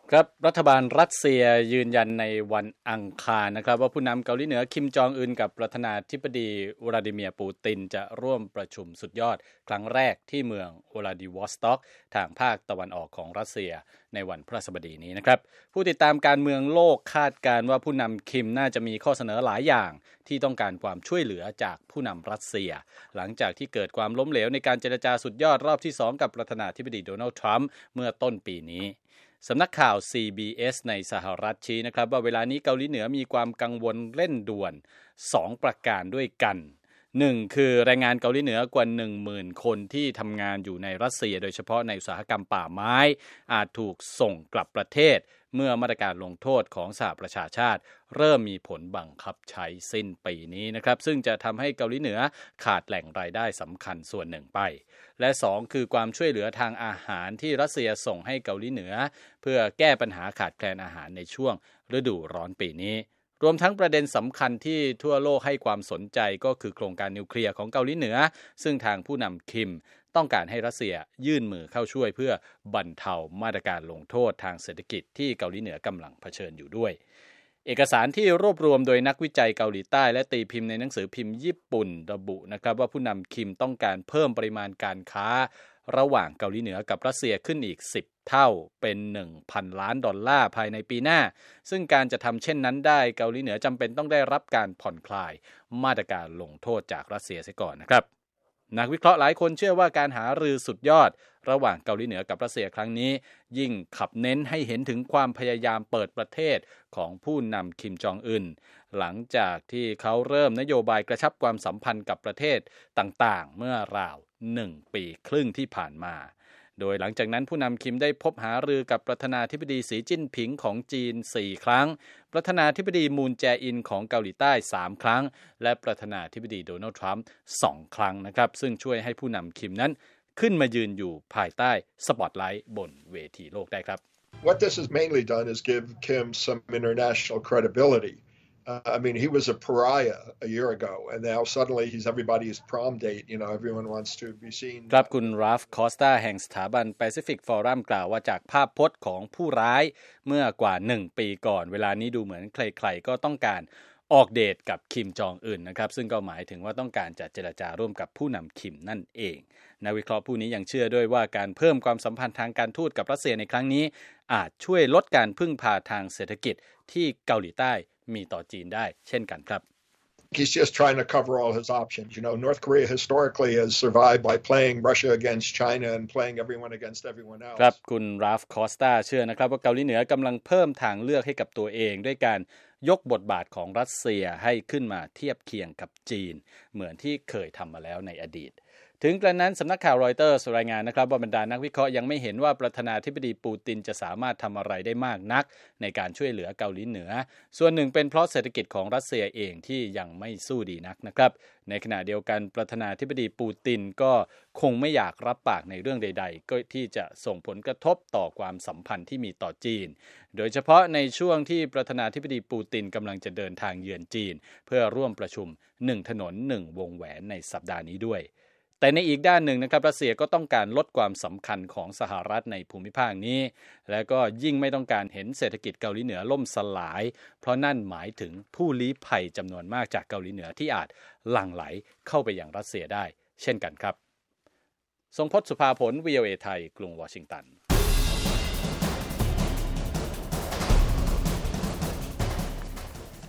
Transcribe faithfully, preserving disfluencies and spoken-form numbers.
ครับรัฐบาลรัสเซียยืนยันในวันอังคารนะครับว่าผู้นำเกาหลีเหนือคิมจองอึนกับประธานาธิบดีวลาดิเมียร์ปูตินจะร่วมประชุมสุดยอดครั้งแรกที่เมืองวลาดิวอสต็อกทางภาคตะวันออกของรัสเซียในวันพฤหัสบดีนี้นะครับผู้ติดตามการเมืองโลกคาดการณ์ว่าผู้นำคิมน่าจะมีข้อเสนอหลายอย่างที่ต้องการความช่วยเหลือจากผู้นำรัสเซียหลังจากที่เกิดความล้มเหลวในการเจรจาสุดยอดรอบที่สองกับประธานาธิบดีโดนัลด์ทรัมป์เมื่อต้นปีนี้สำนักข่าว ซี บี เอส ในสหรัฐชี้นะครับว่าเวลานี้เกาหลีเหนือมีความกังวลเร่งด่วนสองประการด้วยกันหนึ่งคือแรงงานเกาหลีเหนือกว่า หนึ่งหมื่น คนที่ทำงานอยู่ในรัสเซียโดยเฉพาะในอุตสาหกรรมป่าไม้อาจถูกส่งกลับประเทศเมื่อมาตรการลงโทษของสหประชาชาติเริ่มมีผลบังคับใช้สิ้นปีนี้นะครับซึ่งจะทำให้เกาหลีเหนือขาดแหล่งรายได้สำคัญส่วนหนึ่งไปและสองคือความช่วยเหลือทางอาหารที่รัสเซียส่งให้เกาหลีเหนือเพื่อแก้ปัญหาขาดแคลนอาหารในช่วงฤดูร้อนปีนี้รวมทั้งประเด็นสำคัญที่ทั่วโลกให้ความสนใจก็คือโครงการนิวเคลียร์ของเกาหลีเหนือซึ่งทางผู้นำคิมต้องการให้รัสเซียยื่นมือเข้าช่วยเพื่อบรรเทามาตรการลงโทษทางเศรษฐกิจที่เกาหลีเหนือกำลังเผชิญอยู่ด้วยเอกสารที่รวบรวมโดยนักวิจัยเกาหลีใต้และตีพิมพ์ในหนังสือพิมพ์ญี่ปุ่นระบุนะครับว่าผู้นำคิมต้องการเพิ่มปริมาณการค้าระหว่างเกาหลีเหนือกับรัสเซียขึ้นอีกสิบเท่าเป็น หนึ่งพัน ล้านดอลลาร์ภายในปีหน้าซึ่งการจะทำเช่นนั้นได้เกาหลีเหนือจำเป็นต้องได้รับการผ่อนคลายมาตรการลงโทษจากรัสเซียเสียก่อนนะครับนักวิเคราะห์หลายคนเชื่อว่าการหารือสุดยอดระหว่างเกาหลีเหนือกับรัสเซียครั้งนี้ยิ่งขับเน้นให้เห็นถึงความพยายามเปิดประเทศของผู้นำคิมจองอึนหลังจากที่เขาเริ่มนโยบายกระชับความสัมพันธ์กับประเทศต่างๆเมื่อราวหนึ่งปีครึ่งที่ผ่านมาโดยหลังจากนั้นผู้นำคิมได้พบหารือกับประธานาธิบดีสีจิ้นผิงของจีนสี่ครั้งประธานาธิบดีมูนแจอินของเกาหลีใต้สามครั้งและประธานาธิบดีโดนัลด์ทรัมป์สองครั้งนะครับซึ่งช่วยให้ผู้นำคิมนั้นขึ้นมายืนอยู่ภายใต้สปอตไลท์บนเวทีโลกได้ครับ What this has mainly done is give Kim some international credibility.Uh, I mean, he was a pariah a year ago, and now suddenly he's everybody's prom date. You know, everyone wants to be seen. ครับคุณราฟคอสตาแห่งสถาบัน Pacific Forum กล่าวว่าจากภาพพจน์ของผู้ร้ายเมื่อกว่าหนึ่งปีก่อนเวลานี้ดูเหมือนใครๆก็ต้องการออกเดทกับคิมจองอึนนะครับซึ่งก็หมายถึงว่าต้องการจะเจรจาร่วมกับผู้นำคิมนั่นเองนักวิเคราะห์ผู้นี้ยังเชื่อด้วยว่าการเพิ่มความสัมพันธ์ทางการทูตกับรัสเซียในครั้งนี้อาจช่วยลดการพึ่งพาทางเศรษฐกิจที่เกาหลีใต้มีต่อจีนได้เช่นกันครับ He's just trying to cover all his options. You know, North Korea historically has survived by playing Russia against China and playing everyone against everyone else. ครับคุณราฟคอสตาเชื่อนะครับว่าเกาหลีเหนือกำลังเพิ่มทางเลือกให้กับตัวเองด้วยการยกบทบาทของรัสเซียให้ขึ้นมาเทียบเคียงกับจีนเหมือนที่เคยทำมาแล้วในอดีตถึงกระนั้นสำนักข่าวรอยเตอร์สรายงานนะครับว่าบรรดานักวิเคราะห์ยังไม่เห็นว่าประธานาธิบดีปูตินจะสามารถทำอะไรได้มากนักในการช่วยเหลือเกาหลีเหนือส่วนหนึ่งเป็นเพราะเศรษฐกิจของรัสเซียเองที่ยังไม่สู้ดีนักนะครับในขณะเดียวกันประธานาธิบดีปูตินก็คงไม่อยากรับปากในเรื่องใดๆก็ที่จะส่งผลกระทบต่อความสัมพันธ์ที่มีต่อจีนโดยเฉพาะในช่วงที่ประธานาธิบดีปูตินกำลังจะเดินทางเยือนจีนเพื่อร่วมประชุมหนึ่งถนนหนึ่งวงแหวนในสัปดาห์นี้ด้วยแต่ในอีกด้านหนึ่งนะครับรัสเซียก็ต้องการลดความสำคัญของสหรัฐในภูมิภาคนี้และก็ยิ่งไม่ต้องการเห็นเศรษฐกิจเกาหลีเหนือล่มสลายเพราะนั่นหมายถึงผู้ลี้ภัยจำนวนมากจากเกาหลีเหนือที่อาจหลั่งไหลเข้าไปยังรัสเซียได้เช่นกันครับทรงพจน์ สุภาผล วี โอ เอ ไทยกรุงวอชิงตัน